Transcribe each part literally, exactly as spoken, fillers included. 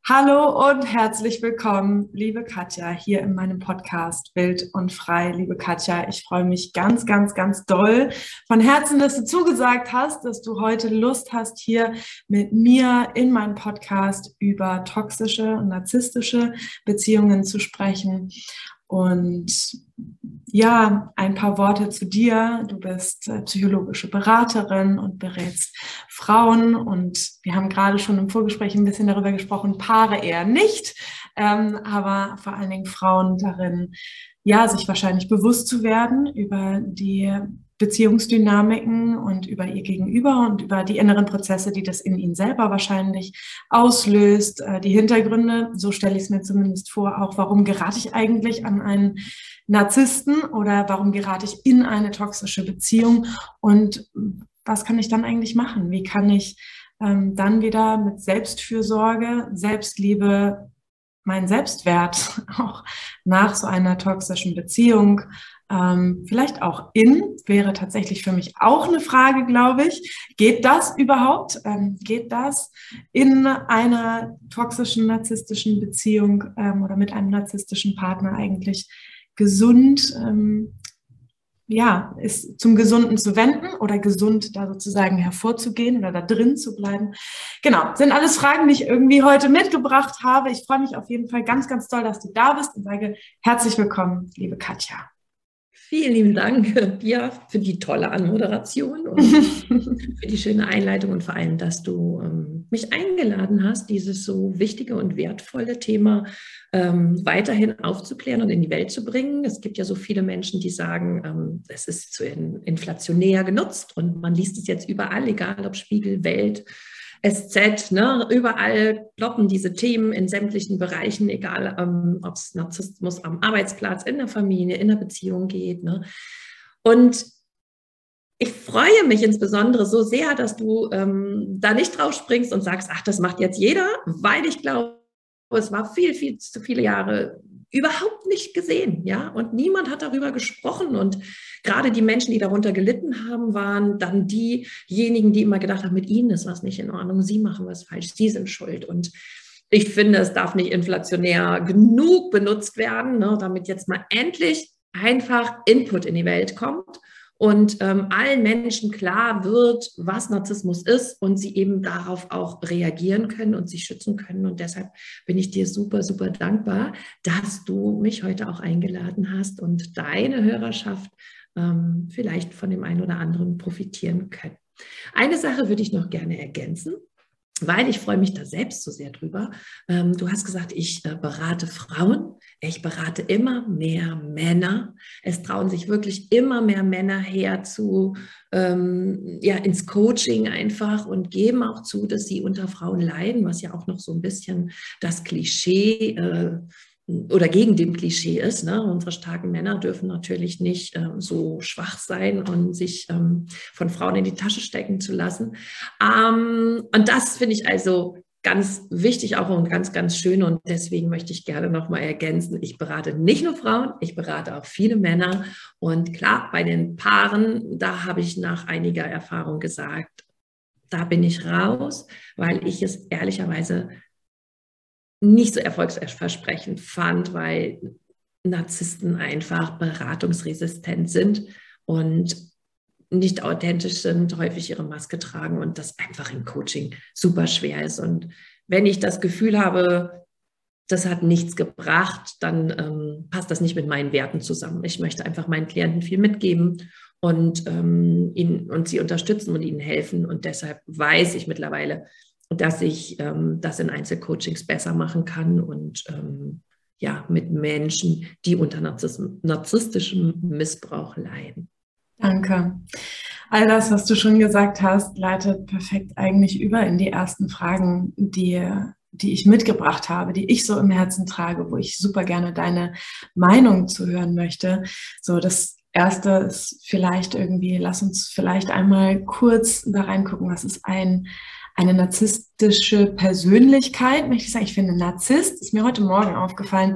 Hallo und herzlich willkommen, liebe Katja, hier in meinem Podcast Wild und Frei. Liebe Katja, ich freue mich ganz, ganz, ganz doll von Herzen, dass du zugesagt hast, dass du heute Lust hast, hier mit mir in meinem Podcast über toxische und narzisstische Beziehungen zu sprechen. Und ja, ein paar Worte zu dir. Du bist äh, psychologische Beraterin und berätst Frauen. Und wir haben gerade schon im Vorgespräch ein bisschen darüber gesprochen, Paare eher nicht, ähm, aber vor allen Dingen Frauen darin, ja, sich wahrscheinlich bewusst zu werden über die Beziehungsdynamiken und über ihr Gegenüber und über die inneren Prozesse, die das in ihnen selber wahrscheinlich auslöst, äh, die Hintergründe, so stelle ich es mir zumindest vor, auch warum gerate ich eigentlich an einen Narzissten oder warum gerate ich in eine toxische Beziehung und was kann ich dann eigentlich machen? Wie kann ich ähm, dann wieder mit Selbstfürsorge, Selbstliebe, meinen Selbstwert auch nach so einer toxischen Beziehung, ähm, vielleicht auch in, wäre tatsächlich für mich auch eine Frage, glaube ich. Geht das überhaupt? Ähm, geht das in einer toxischen, narzisstischen Beziehung ähm, oder mit einem narzisstischen Partner eigentlich gesund, ähm, ja, ist zum Gesunden zu wenden oder gesund da sozusagen hervorzugehen oder da drin zu bleiben? Genau, sind alles Fragen, die ich irgendwie heute mitgebracht habe. Ich freue mich auf jeden Fall ganz, ganz doll, dass du da bist und sage herzlich willkommen, liebe Katja. Vielen lieben Dank, ja, für die tolle Anmoderation und für die schöne Einleitung und vor allem, dass du ähm, mich eingeladen hast, dieses so wichtige und wertvolle Thema ähm, weiterhin aufzuklären und in die Welt zu bringen. Es gibt ja so viele Menschen, die sagen, ähm, es ist zu in, inflationär genutzt und man liest es jetzt überall, egal ob Spiegel, Welt, S Z, ne, überall ploppen diese Themen in sämtlichen Bereichen, egal ähm, ob es Narzissmus am Arbeitsplatz, in der Familie, in der Beziehung geht. Ne. Und ich freue mich insbesondere so sehr, dass du ähm, da nicht drauf springst und sagst, ach, das macht jetzt jeder, weil ich glaube, es war viel, viel zu viele Jahre überhaupt nicht gesehen, ja, und niemand hat darüber gesprochen und gerade die Menschen, die darunter gelitten haben, waren dann diejenigen, die immer gedacht haben, mit ihnen ist was nicht in Ordnung, sie machen was falsch, sie sind schuld und ich finde, es darf nicht inflationär genug benutzt werden, ne, damit jetzt mal endlich einfach Input in die Welt kommt und ähm, allen Menschen klar wird, was Narzissmus ist und sie eben darauf auch reagieren können und sich schützen können. Und deshalb bin ich dir super, super dankbar, dass du mich heute auch eingeladen hast und deine Hörerschaft ähm, vielleicht von dem einen oder anderen profitieren können. Eine Sache würde ich noch gerne ergänzen, weil ich freue mich da selbst so sehr drüber. Ähm, du hast gesagt, ich äh, berate Frauen. Ich berate immer mehr Männer. Es trauen sich wirklich immer mehr Männer her zu, ähm, ja, ins Coaching einfach und geben auch zu, dass sie unter Frauen leiden, was ja auch noch so ein bisschen das Klischee äh, oder gegen dem Klischee ist. Ne? Unsere starken Männer dürfen natürlich nicht ähm, so schwach sein und sich ähm, von Frauen in die Tasche stecken zu lassen. Ähm, und das finde ich also ganz wichtig auch und ganz, ganz schön. Und deswegen möchte ich gerne nochmal ergänzen, ich berate nicht nur Frauen, ich berate auch viele Männer. Und klar, bei den Paaren, da habe ich nach einiger Erfahrung gesagt, da bin ich raus, weil ich es ehrlicherweise nicht so erfolgsversprechend fand, weil Narzissten einfach beratungsresistent sind und nicht authentisch sind, häufig ihre Maske tragen und das einfach im Coaching super schwer ist. Und wenn ich das Gefühl habe, das hat nichts gebracht, dann ähm, passt das nicht mit meinen Werten zusammen. Ich möchte einfach meinen Klienten viel mitgeben und, ähm, ihnen, und sie unterstützen und ihnen helfen. Und deshalb weiß ich mittlerweile, dass ich ähm, das in Einzelcoachings besser machen kann und ähm, ja, mit Menschen, die unter narzisstischem Missbrauch leiden. Danke. All das, was du schon gesagt hast, leitet perfekt eigentlich über in die ersten Fragen, die, die ich mitgebracht habe, die ich so im Herzen trage, wo ich super gerne deine Meinung zu hören möchte. So, das erste ist vielleicht irgendwie, lass uns vielleicht einmal kurz da reingucken, was ist ein eine narzisstische Persönlichkeit, möchte ich sagen. Ich finde, Narzisst, ist mir heute Morgen aufgefallen,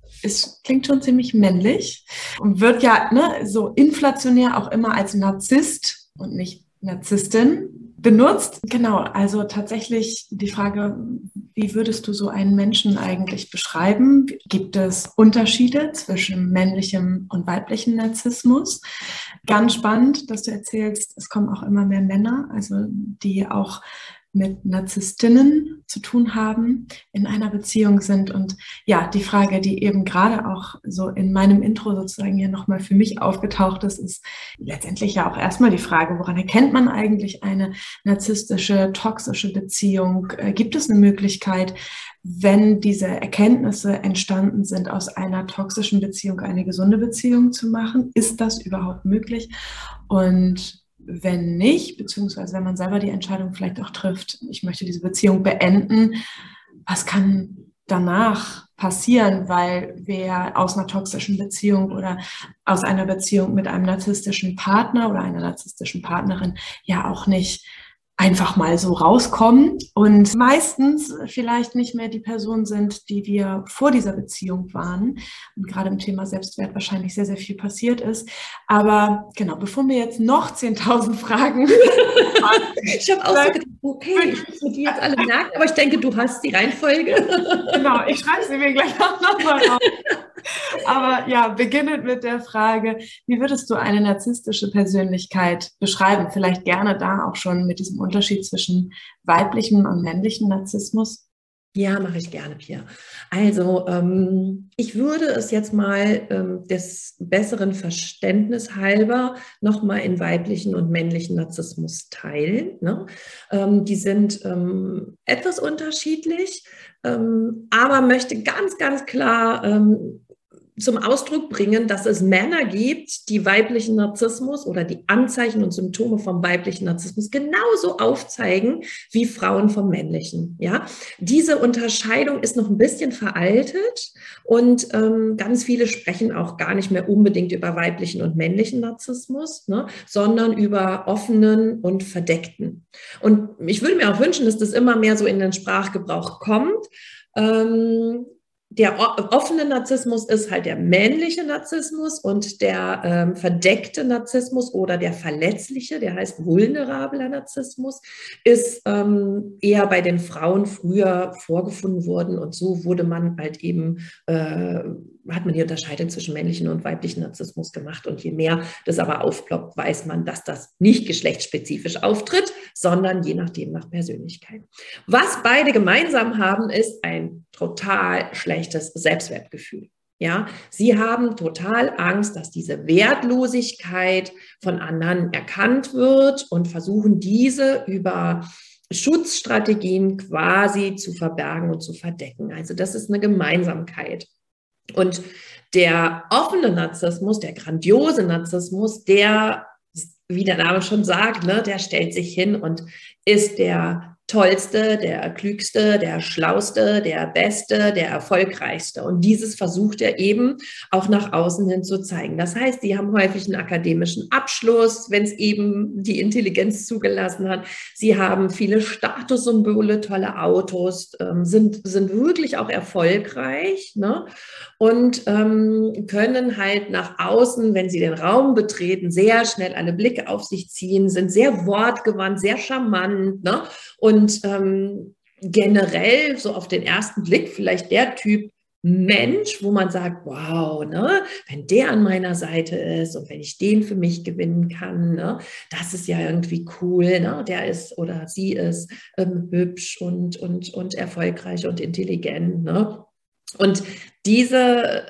es klingt schon ziemlich männlich und wird ja ne, so inflationär auch immer als Narzisst und nicht Narzisstin benutzt. Genau, also tatsächlich die Frage, wie würdest du so einen Menschen eigentlich beschreiben? Gibt es Unterschiede zwischen männlichem und weiblichem Narzissmus? Ganz spannend, dass du erzählst, es kommen auch immer mehr Männer, also die auch mit Narzisstinnen zu tun haben, in einer Beziehung sind. Und ja, die Frage, die eben gerade auch so in meinem Intro sozusagen hier nochmal für mich aufgetaucht ist, ist letztendlich ja auch erstmal die Frage, woran erkennt man eigentlich eine narzisstische, toxische Beziehung? Äh, gibt es eine Möglichkeit, wenn diese Erkenntnisse entstanden sind, aus einer toxischen Beziehung eine gesunde Beziehung zu machen? Ist das überhaupt möglich? Und wenn nicht, beziehungsweise wenn man selber die Entscheidung vielleicht auch trifft, ich möchte diese Beziehung beenden, was kann danach passieren, weil wer aus einer toxischen Beziehung oder aus einer Beziehung mit einem narzisstischen Partner oder einer narzisstischen Partnerin ja auch nicht einfach mal so rauskommen und meistens vielleicht nicht mehr die Person sind, die wir vor dieser Beziehung waren. Und gerade im Thema Selbstwert wahrscheinlich sehr, sehr viel passiert ist. Aber genau, bevor mir jetzt noch zehntausend Fragen... Ich habe auch so gedacht, okay, ich muss mir die jetzt alle merken, aber ich denke, du hast die Reihenfolge. Genau, ich schreibe sie mir gleich auch nochmal auf. Aber ja, beginnend mit der Frage, wie würdest du eine narzisstische Persönlichkeit beschreiben? Vielleicht gerne da auch schon mit diesem Unterschied zwischen weiblichem und männlichem Narzissmus. Ja, mache ich gerne, Pia. Also ähm, ich würde es jetzt mal ähm, des besseren Verständnis halber nochmal in weiblichen und männlichen Narzissmus teilen. Ne? Ähm, die sind ähm, etwas unterschiedlich, ähm, aber möchte ganz, ganz klar ähm, zum Ausdruck bringen, dass es Männer gibt, die weiblichen Narzissmus oder die Anzeichen und Symptome vom weiblichen Narzissmus genauso aufzeigen wie Frauen vom männlichen. Ja, diese Unterscheidung ist noch ein bisschen veraltet und ähm, ganz viele sprechen auch gar nicht mehr unbedingt über weiblichen und männlichen Narzissmus, ne, sondern über offenen und verdeckten. Und ich würde mir auch wünschen, dass das immer mehr so in den Sprachgebrauch kommt. Ähm, Der offene Narzissmus ist halt der männliche Narzissmus und der ähm, verdeckte Narzissmus oder der verletzliche, der heißt vulnerabler Narzissmus, ist ähm, eher bei den Frauen früher vorgefunden worden und so wurde man halt eben, äh, hat man die Unterscheidung zwischen männlichen und weiblichen Narzissmus gemacht und je mehr das aber aufploppt, weiß man, dass das nicht geschlechtsspezifisch auftritt, sondern je nachdem nach Persönlichkeit. Was beide gemeinsam haben, ist ein total schlechtes Selbstwertgefühl. Ja, sie haben total Angst, dass diese Wertlosigkeit von anderen erkannt wird und versuchen diese über Schutzstrategien quasi zu verbergen und zu verdecken. Also das ist eine Gemeinsamkeit. Und der offene Narzissmus, der grandiose Narzissmus, der, wie der Name schon sagt, ne, der stellt sich hin und ist der Tollste, der Klügste, der Schlauste, der Beste, der Erfolgreichste. Und dieses versucht er eben auch nach außen hin zu zeigen. Das heißt, sie haben häufig einen akademischen Abschluss, wenn es eben die Intelligenz zugelassen hat. Sie haben viele Statussymbole, tolle Autos, ähm, sind, sind wirklich auch erfolgreich, ne? Und ähm, können halt nach außen, wenn sie den Raum betreten, sehr schnell alle Blicke auf sich ziehen, sind sehr wortgewandt, sehr charmant, ne? Und ähm, generell so auf den ersten Blick vielleicht der Typ Mensch, wo man sagt, wow, ne, wenn der an meiner Seite ist und wenn ich den für mich gewinnen kann, ne, das ist ja irgendwie cool, ne, der ist oder sie ist ähm, hübsch und, und, und erfolgreich und intelligent, ne. Und diese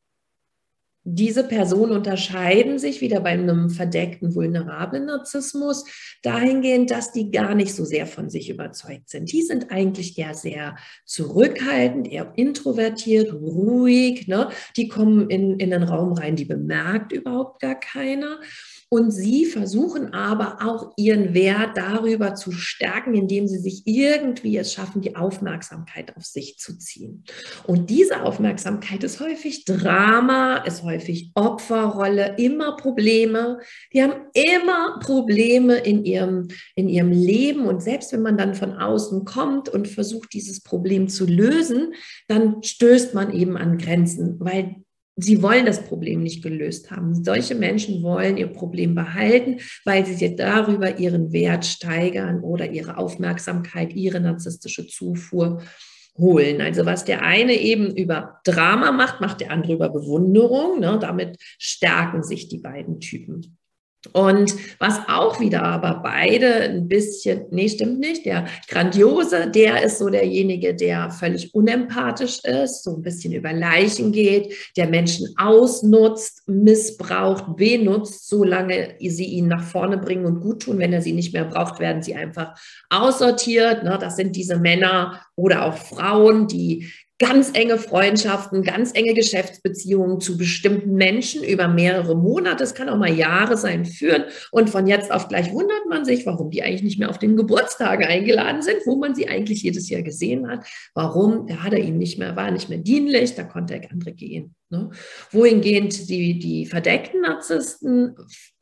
Diese Personen unterscheiden sich wieder bei einem verdeckten, vulnerablen Narzissmus dahingehend, dass die gar nicht so sehr von sich überzeugt sind. Die sind eigentlich eher sehr zurückhaltend, eher introvertiert, ruhig, ne? Die kommen in, in den Raum rein, die bemerkt überhaupt gar keiner. Und sie versuchen aber auch ihren Wert darüber zu stärken, indem sie sich irgendwie es schaffen, die Aufmerksamkeit auf sich zu ziehen. Und diese Aufmerksamkeit ist häufig Drama, ist häufig Opferrolle, immer Probleme. Die haben immer Probleme in ihrem, in ihrem Leben. Und selbst wenn man dann von außen kommt und versucht, dieses Problem zu lösen, dann stößt man eben an Grenzen, weil Sie wollen das Problem nicht gelöst haben. Solche Menschen wollen ihr Problem behalten, weil sie sich darüber ihren Wert steigern oder ihre Aufmerksamkeit, ihre narzisstische Zufuhr holen. Also was der eine eben über Drama macht, macht der andere über Bewunderung. Ne? Damit stärken sich die beiden Typen. Und was auch wieder aber beide ein bisschen, nee, stimmt nicht, der Grandiose, der ist so derjenige, der völlig unempathisch ist, so ein bisschen über Leichen geht, der Menschen ausnutzt, missbraucht, benutzt, solange sie ihn nach vorne bringen und gut tun. Wenn er sie nicht mehr braucht, werden sie einfach aussortiert. Das sind diese Männer oder auch Frauen, die ganz enge Freundschaften, ganz enge Geschäftsbeziehungen zu bestimmten Menschen über mehrere Monate, es kann auch mal Jahre sein, führen. Und von jetzt auf gleich wundert man sich, warum die eigentlich nicht mehr auf den Geburtstagen eingeladen sind, wo man sie eigentlich jedes Jahr gesehen hat. Warum? Da hat er ihnen nicht mehr, war nicht mehr dienlich, da konnte der andere gehen. Ne? Wohingehend die, die verdeckten Narzissten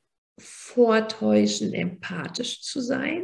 vortäuschen, empathisch zu sein,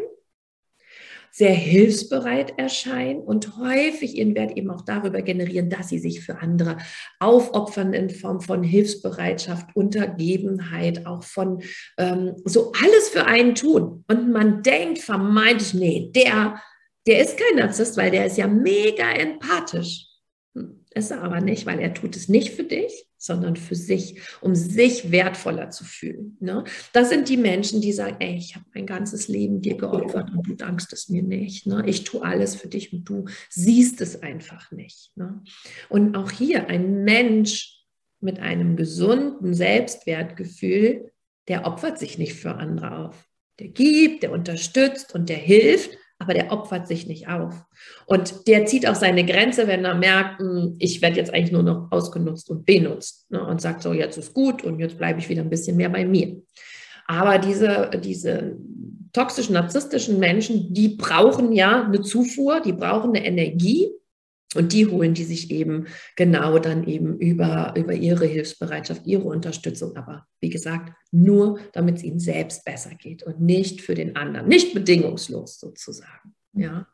sehr hilfsbereit erscheinen und häufig ihren Wert eben auch darüber generieren, dass sie sich für andere aufopfern in Form von Hilfsbereitschaft, Untergebenheit, auch von ähm, so alles für einen tun. Und man denkt vermeintlich, nee, der, der ist kein Narzisst, weil der ist ja mega empathisch. Ist er aber nicht, weil er tut es nicht für dich, sondern für sich, um sich wertvoller zu fühlen. Ne? Das sind die Menschen, die sagen, ey, ich habe mein ganzes Leben dir geopfert und du dankst es mir nicht. Ne? Ich tue alles für dich und du siehst es einfach nicht. Ne? Und auch hier ein Mensch mit einem gesunden Selbstwertgefühl, der opfert sich nicht für andere auf. Der gibt, der unterstützt und der hilft, aber der opfert sich nicht auf. Und der zieht auch seine Grenze, wenn er merkt, ich werde jetzt eigentlich nur noch ausgenutzt und benutzt, ne, und sagt so, jetzt ist gut und jetzt bleibe ich wieder ein bisschen mehr bei mir. Aber diese, diese toxischen, narzisstischen Menschen, die brauchen ja eine Zufuhr, die brauchen eine Energie. Und die holen die sich eben genau dann eben über, über ihre Hilfsbereitschaft, ihre Unterstützung. Aber wie gesagt, nur damit es ihnen selbst besser geht und nicht für den anderen, nicht bedingungslos sozusagen. Ja.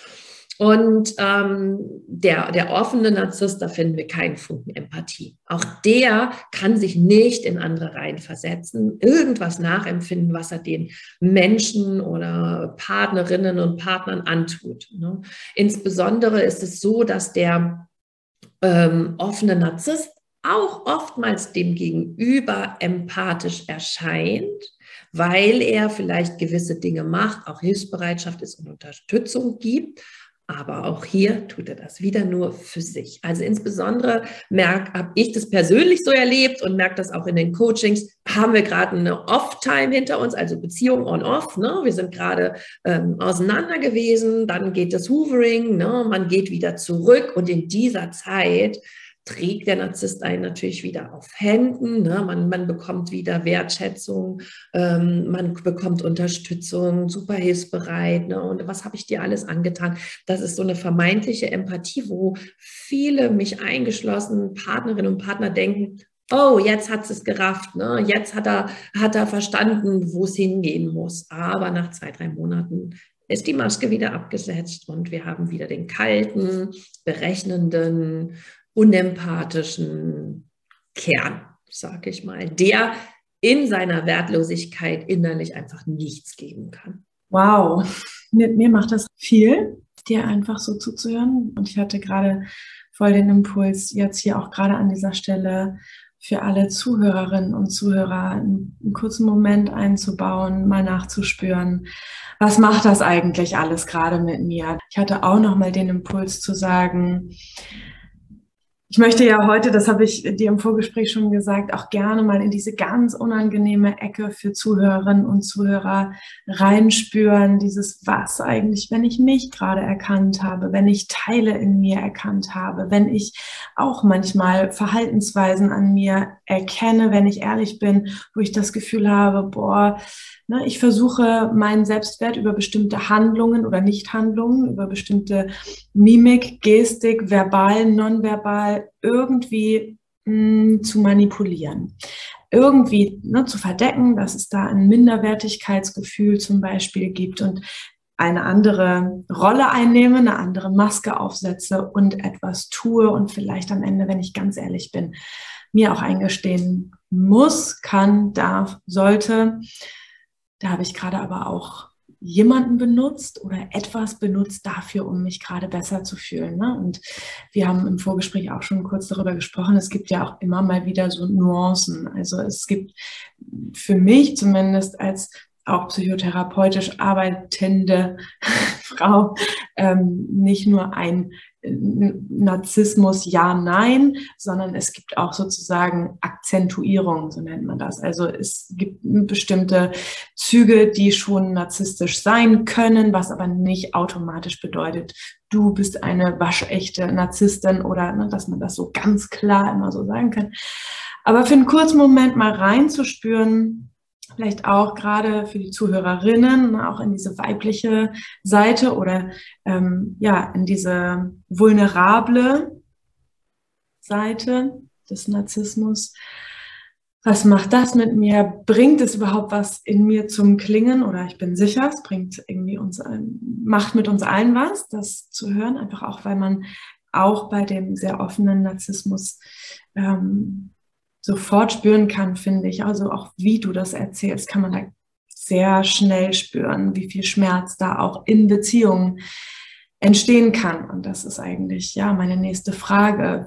Und ähm, der, der offene Narzisst, da finden wir keinen Funken Empathie. Auch der kann sich nicht in andere reinversetzen, irgendwas nachempfinden, was er den Menschen oder Partnerinnen und Partnern antut. Ne? Insbesondere ist es so, dass der ähm, offene Narzisst auch oftmals dem Gegenüber empathisch erscheint, weil er vielleicht gewisse Dinge macht, auch Hilfsbereitschaft ist und Unterstützung gibt. Aber auch hier tut er das wieder nur für sich. Also insbesondere habe ich das persönlich so erlebt und merke das auch in den Coachings. Haben wir gerade eine Off-Time hinter uns, also Beziehung on-off. Ne? Wir sind gerade ähm, auseinander gewesen, dann geht das Hoovering, ne? Man geht wieder zurück und in dieser Zeit trägt der Narzisst einen natürlich wieder auf Händen, ne? man, man bekommt wieder Wertschätzung, ähm, man bekommt Unterstützung, super hilfsbereit, ne? Und was habe ich dir alles angetan? Das ist so eine vermeintliche Empathie, wo viele, mich eingeschlossen, Partnerinnen und Partner denken, oh, jetzt hat es gerafft, ne? Jetzt hat er, hat er verstanden, wo es hingehen muss. Aber nach zwei, drei Monaten ist die Maske wieder abgesetzt und wir haben wieder den kalten, berechnenden, unempathischen Kern, sage ich mal, der in seiner Wertlosigkeit innerlich einfach nichts geben kann. Wow, mir, mir macht das viel, dir einfach so zuzuhören. Und ich hatte gerade voll den Impuls, jetzt hier auch gerade an dieser Stelle für alle Zuhörerinnen und Zuhörer einen, einen kurzen Moment einzubauen, mal nachzuspüren, was macht das eigentlich alles gerade mit mir? Ich hatte auch noch mal den Impuls zu sagen, ich möchte ja heute, das habe ich dir im Vorgespräch schon gesagt, auch gerne mal in diese ganz unangenehme Ecke für Zuhörerinnen und Zuhörer reinspüren, dieses was eigentlich, wenn ich mich gerade erkannt habe, wenn ich Teile in mir erkannt habe, wenn ich auch manchmal Verhaltensweisen an mir erkenne, wenn ich ehrlich bin, wo ich das Gefühl habe, boah, ne, ich versuche meinen Selbstwert über bestimmte Handlungen oder Nichthandlungen, über bestimmte Mimik, Gestik, verbal, nonverbal irgendwie mh, zu manipulieren. Irgendwie ne, zu verdecken, dass es da ein Minderwertigkeitsgefühl zum Beispiel gibt. Und eine andere Rolle einnehme, eine andere Maske aufsetze und etwas tue und vielleicht am Ende, wenn ich ganz ehrlich bin, mir auch eingestehen muss, kann, darf, sollte. Da habe ich gerade aber auch jemanden benutzt oder etwas benutzt dafür, um mich gerade besser zu fühlen. Ne? Und wir haben im Vorgespräch auch schon kurz darüber gesprochen, es gibt ja auch immer mal wieder so Nuancen. Also es gibt für mich zumindest als auch psychotherapeutisch arbeitende Frau ähm, nicht nur ein Narzissmus ja, nein, sondern es gibt auch sozusagen Akzentuierung, so nennt man das. Also es gibt bestimmte Züge, die schon narzisstisch sein können, was aber nicht automatisch bedeutet, du bist eine waschechte Narzisstin oder ne, dass man das so ganz klar immer so sagen kann. Aber für einen kurzen Moment mal reinzuspüren, vielleicht auch gerade für die Zuhörerinnen, auch in diese weibliche Seite oder ähm, ja, in diese vulnerable Seite des Narzissmus. Was macht das mit mir? Bringt es überhaupt was in mir zum Klingen? Oder ich bin sicher, es bringt irgendwie uns, macht mit uns allen was, das zu hören, einfach auch, weil man auch bei dem sehr offenen Narzissmus ähm, sofort spüren kann, finde ich. Also auch wie du das erzählst, kann man da sehr schnell spüren, wie viel Schmerz da auch in Beziehungen entstehen kann. Und das ist eigentlich ja meine nächste Frage.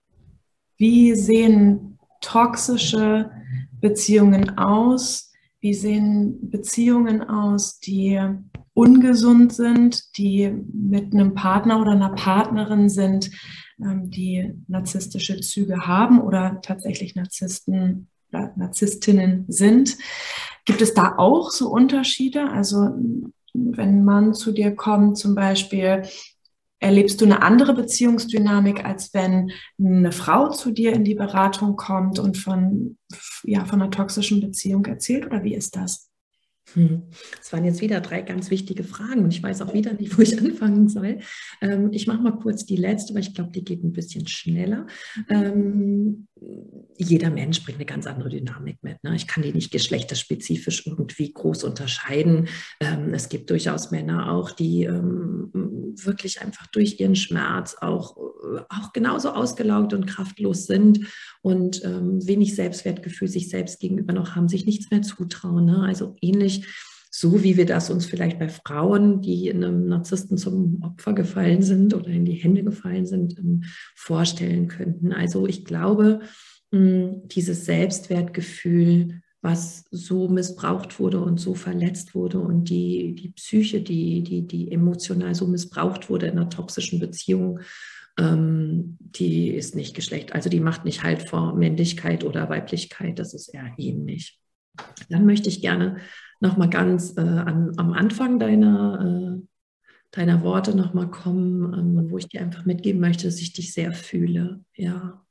Wie sehen toxische Beziehungen aus? Wie sehen Beziehungen aus, die ungesund sind, die mit einem Partner oder einer Partnerin sind, die narzisstische Züge haben oder tatsächlich Narzissten oder Narzisstinnen sind? Gibt es da auch so Unterschiede? Also wenn ein Mann zu dir kommt zum Beispiel, erlebst du eine andere Beziehungsdynamik, als wenn eine Frau zu dir in die Beratung kommt und von, ja, von einer toxischen Beziehung erzählt? Oder wie ist das? Das waren jetzt wieder drei ganz wichtige Fragen und ich weiß auch wieder nicht, wo ich anfangen soll. Ähm, ich mache mal kurz die letzte, weil ich glaube, die geht ein bisschen schneller. Ähm, jeder Mensch bringt eine ganz andere Dynamik mit. Ne? Ich kann die nicht geschlechterspezifisch irgendwie groß unterscheiden. Ähm, es gibt durchaus Männer auch, die ähm, wirklich einfach durch ihren Schmerz auch, auch genauso ausgelaugt und kraftlos sind und ähm, wenig Selbstwertgefühl sich selbst gegenüber noch haben, sich nichts mehr zutrauen. Ne? Also ähnlich so, wie wir das uns vielleicht bei Frauen, die einem Narzissten zum Opfer gefallen sind oder in die Hände gefallen sind, ähm, vorstellen könnten. Also ich glaube, mh, dieses Selbstwertgefühl, was so missbraucht wurde und so verletzt wurde und die, die Psyche, die, die, die emotional so missbraucht wurde in einer toxischen Beziehung, ähm, die ist nicht Geschlecht. Also die macht nicht Halt vor Männlichkeit oder Weiblichkeit, das ist eher ähnlich. Dann möchte ich gerne noch mal ganz äh, an, am Anfang deiner, äh, deiner Worte noch mal kommen, ähm, wo ich dir einfach mitgeben möchte, dass ich dich sehr fühle. Ja.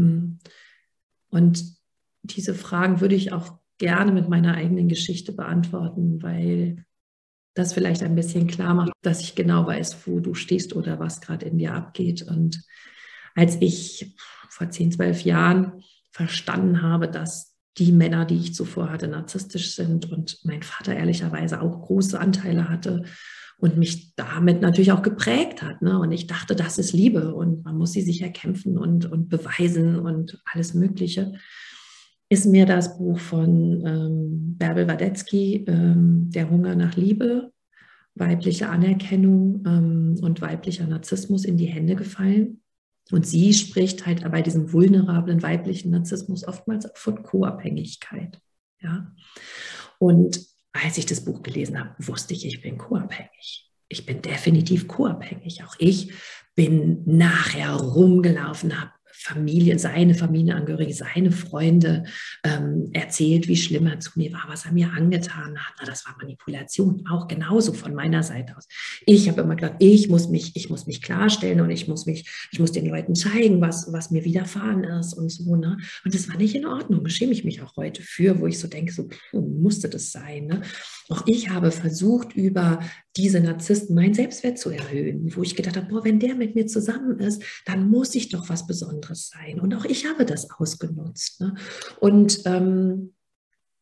Und diese Fragen würde ich auch gerne mit meiner eigenen Geschichte beantworten, weil das vielleicht ein bisschen klar macht, dass ich genau weiß, wo du stehst oder was gerade in dir abgeht. Und als ich vor zehn, zwölf Jahren verstanden habe, dass die Männer, die ich zuvor hatte, narzisstisch sind und mein Vater ehrlicherweise auch große Anteile hatte und mich damit natürlich auch geprägt hat. Ne? Und ich dachte, das ist Liebe und man muss sie sich erkämpfen und, und beweisen und alles Mögliche, ist mir das Buch von ähm, Bärbel Wadetzky, ähm, Der Hunger nach Liebe, weibliche Anerkennung ähm, und weiblicher Narzissmus in die Hände gefallen. Und sie spricht halt bei diesem vulnerablen weiblichen Narzissmus oftmals von Co-Abhängigkeit. Ja? Und als ich das Buch gelesen habe, wusste ich, ich bin co-abhängig. Ich bin definitiv co-abhängig. Auch ich bin nachher rumgelaufen, habe Familie, seine Familienangehörige, seine Freunde ähm, erzählt, wie schlimm er zu mir war, was er mir angetan hat. Na, das war Manipulation, auch genauso von meiner Seite aus. Ich habe immer gedacht, ich muss mich, ich muss mich klarstellen und ich muss mich, ich muss den Leuten zeigen, was, was mir widerfahren ist und so. Ne? Und das war nicht in Ordnung. Da schäme ich mich auch heute für, wo ich so denke, so pff, musste das sein. Ne? Auch ich habe versucht, über diese Narzissten meinen Selbstwert zu erhöhen, wo ich gedacht habe, boah, wenn der mit mir zusammen ist, dann muss ich doch was Besonderes sein. Und auch ich habe das ausgenutzt. Ne? Und ähm,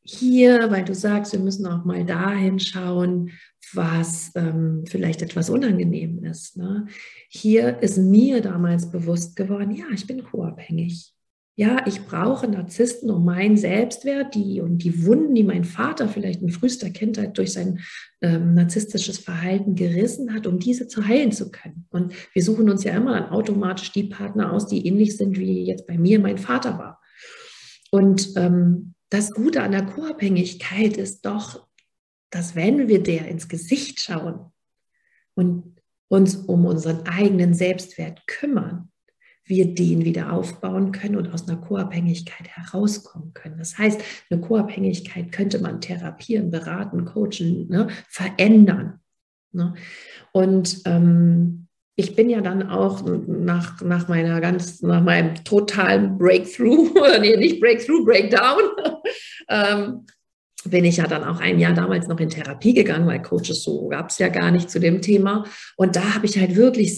hier, weil du sagst, wir müssen auch mal dahin schauen, was ähm, vielleicht etwas unangenehm ist. Ne? Hier ist mir damals bewusst geworden, ja, ich bin co-abhängig. Ja, ich brauche Narzissten, um meinen Selbstwert die, und die Wunden, die mein Vater vielleicht in frühester Kindheit durch sein ähm, narzisstisches Verhalten gerissen hat, um diese zu heilen zu können. Und wir suchen uns ja immer dann automatisch die Partner aus, die ähnlich sind, wie jetzt bei mir mein Vater war. Und ähm, das Gute an der Co-Abhängigkeit ist doch, dass wenn wir der ins Gesicht schauen und uns um unseren eigenen Selbstwert kümmern, wir den wieder aufbauen können und aus einer Co-Abhängigkeit herauskommen können. Das heißt, eine Co-Abhängigkeit könnte man therapieren, beraten, coachen, ne, verändern. Ne? Und ähm, ich bin ja dann auch nach, nach meiner ganz, nach meinem totalen Breakthrough, nee, nicht Breakthrough, Breakdown, ähm, bin ich ja dann auch ein Jahr damals noch in Therapie gegangen, weil Coaches so gab es ja gar nicht zu dem Thema. Und da habe ich halt wirklich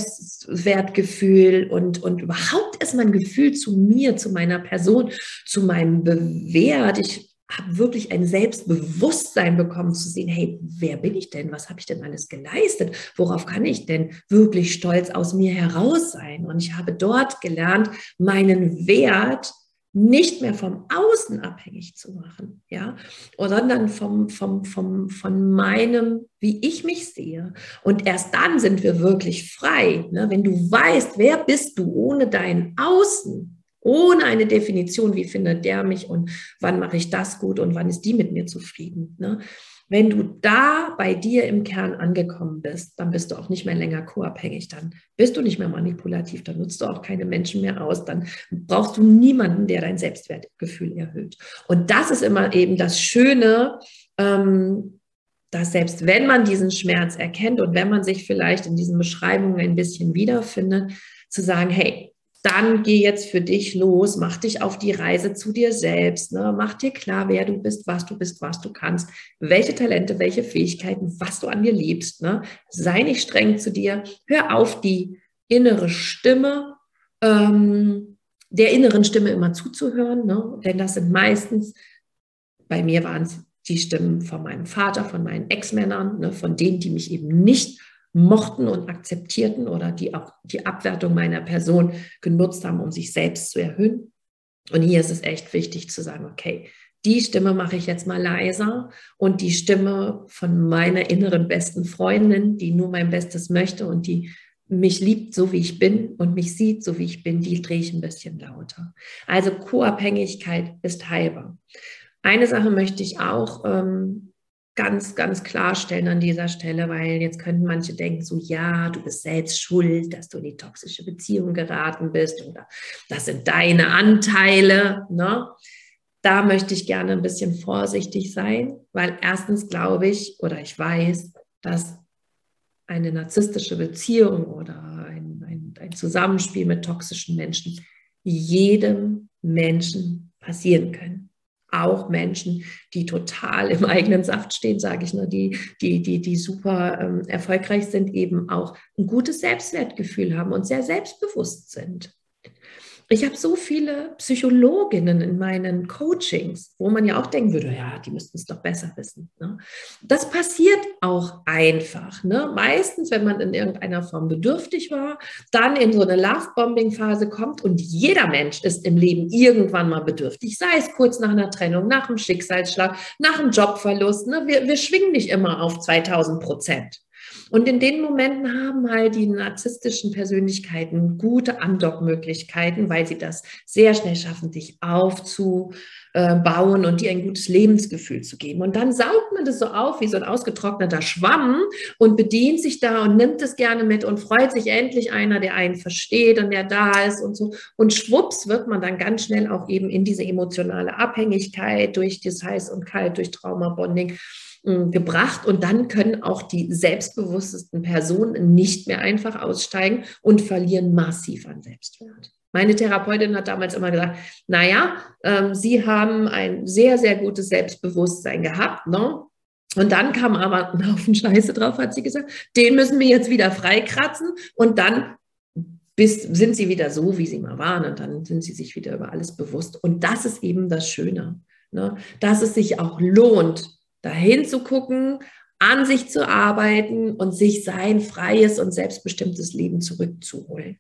Selbstwertgefühl und, und überhaupt erstmal ein Gefühl zu mir, zu meiner Person, zu meinem Wert. Ich habe wirklich ein Selbstbewusstsein bekommen, zu sehen, hey, wer bin ich denn? Was habe ich denn alles geleistet? Worauf kann ich denn wirklich stolz aus mir heraus sein? Und ich habe dort gelernt, meinen Wert nicht mehr vom Außen abhängig zu machen, ja, sondern vom, vom, vom, von meinem, wie ich mich sehe. Und erst dann sind wir wirklich frei, ne? Wenn du weißt, wer bist du ohne dein Außen, ohne eine Definition, wie findet der mich und wann mache ich das gut und wann ist die mit mir zufrieden, ne? Wenn du da bei dir im Kern angekommen bist, dann bist du auch nicht mehr länger co-abhängig, dann bist du nicht mehr manipulativ, dann nutzt du auch keine Menschen mehr aus, dann brauchst du niemanden, der dein Selbstwertgefühl erhöht. Und das ist immer eben das Schöne, ähm, dass selbst wenn man diesen Schmerz erkennt und wenn man sich vielleicht in diesen Beschreibungen ein bisschen wiederfindet, zu sagen, hey, dann geh jetzt für dich los, mach dich auf die Reise zu dir selbst, ne? Mach dir klar, wer du bist, was du bist, was du kannst, welche Talente, welche Fähigkeiten, was du an dir liebst. Ne? Sei nicht streng zu dir, hör auf die innere Stimme, ähm, der inneren Stimme immer zuzuhören, ne? Denn das sind meistens, bei mir waren es die Stimmen von meinem Vater, von meinen Ex-Männern, ne? Von denen, die mich eben nicht mochten und akzeptierten oder die auch die Abwertung meiner Person genutzt haben, um sich selbst zu erhöhen. Und hier ist es echt wichtig zu sagen, okay, die Stimme mache ich jetzt mal leiser und die Stimme von meiner inneren besten Freundin, die nur mein Bestes möchte und die mich liebt, so wie ich bin und mich sieht, so wie ich bin, die drehe ich ein bisschen lauter. Also Co-Abhängigkeit ist heilbar. Eine Sache möchte ich auch ähm, ganz, ganz klarstellen an dieser Stelle, weil jetzt könnten manche denken so, ja, du bist selbst schuld, dass du in die toxische Beziehung geraten bist oder das sind deine Anteile, ne? Da möchte ich gerne ein bisschen vorsichtig sein, weil erstens glaube ich oder ich weiß, dass eine narzisstische Beziehung oder ein, ein, ein Zusammenspiel mit toxischen Menschen jedem Menschen passieren können. Auch Menschen, die total im eigenen Saft stehen, sage ich nur, die, die, die, die super ähm, erfolgreich sind, eben auch ein gutes Selbstwertgefühl haben und sehr selbstbewusst sind. Ich habe so viele Psychologinnen in meinen Coachings, wo man ja auch denken würde, ja, die müssten es doch besser wissen. Ne? Das passiert auch einfach. Ne? Meistens, wenn man in irgendeiner Form bedürftig war, dann in so eine Love-Bombing-Phase kommt und jeder Mensch ist im Leben irgendwann mal bedürftig, sei es kurz nach einer Trennung, nach einem Schicksalsschlag, nach einem Jobverlust. Ne? Wir, wir schwingen nicht immer auf zweitausend Prozent. Und in den Momenten haben halt die narzisstischen Persönlichkeiten gute Andockmöglichkeiten, weil sie das sehr schnell schaffen, dich aufzubauen und dir ein gutes Lebensgefühl zu geben. Und dann saugt man das so auf wie so ein ausgetrockneter Schwamm und bedient sich da und nimmt es gerne mit und freut sich endlich einer, der einen versteht und der da ist und so. Und schwupps wird man dann ganz schnell auch eben in diese emotionale Abhängigkeit durch das Heiß und Kalt, durch Traumabonding gebracht und dann können auch die selbstbewusstesten Personen nicht mehr einfach aussteigen und verlieren massiv an Selbstwert. Meine Therapeutin hat damals immer gesagt, naja, ähm, Sie haben ein sehr, sehr gutes Selbstbewusstsein gehabt, ne? Und dann kam aber ein Haufen Scheiße drauf, hat sie gesagt, den müssen wir jetzt wieder freikratzen und dann bis, sind Sie wieder so, wie Sie mal waren und dann sind Sie sich wieder über alles bewusst. Und das ist eben das Schöne. Ne? Dass es sich auch lohnt, dahin zu gucken, an sich zu arbeiten und sich sein freies und selbstbestimmtes Leben zurückzuholen.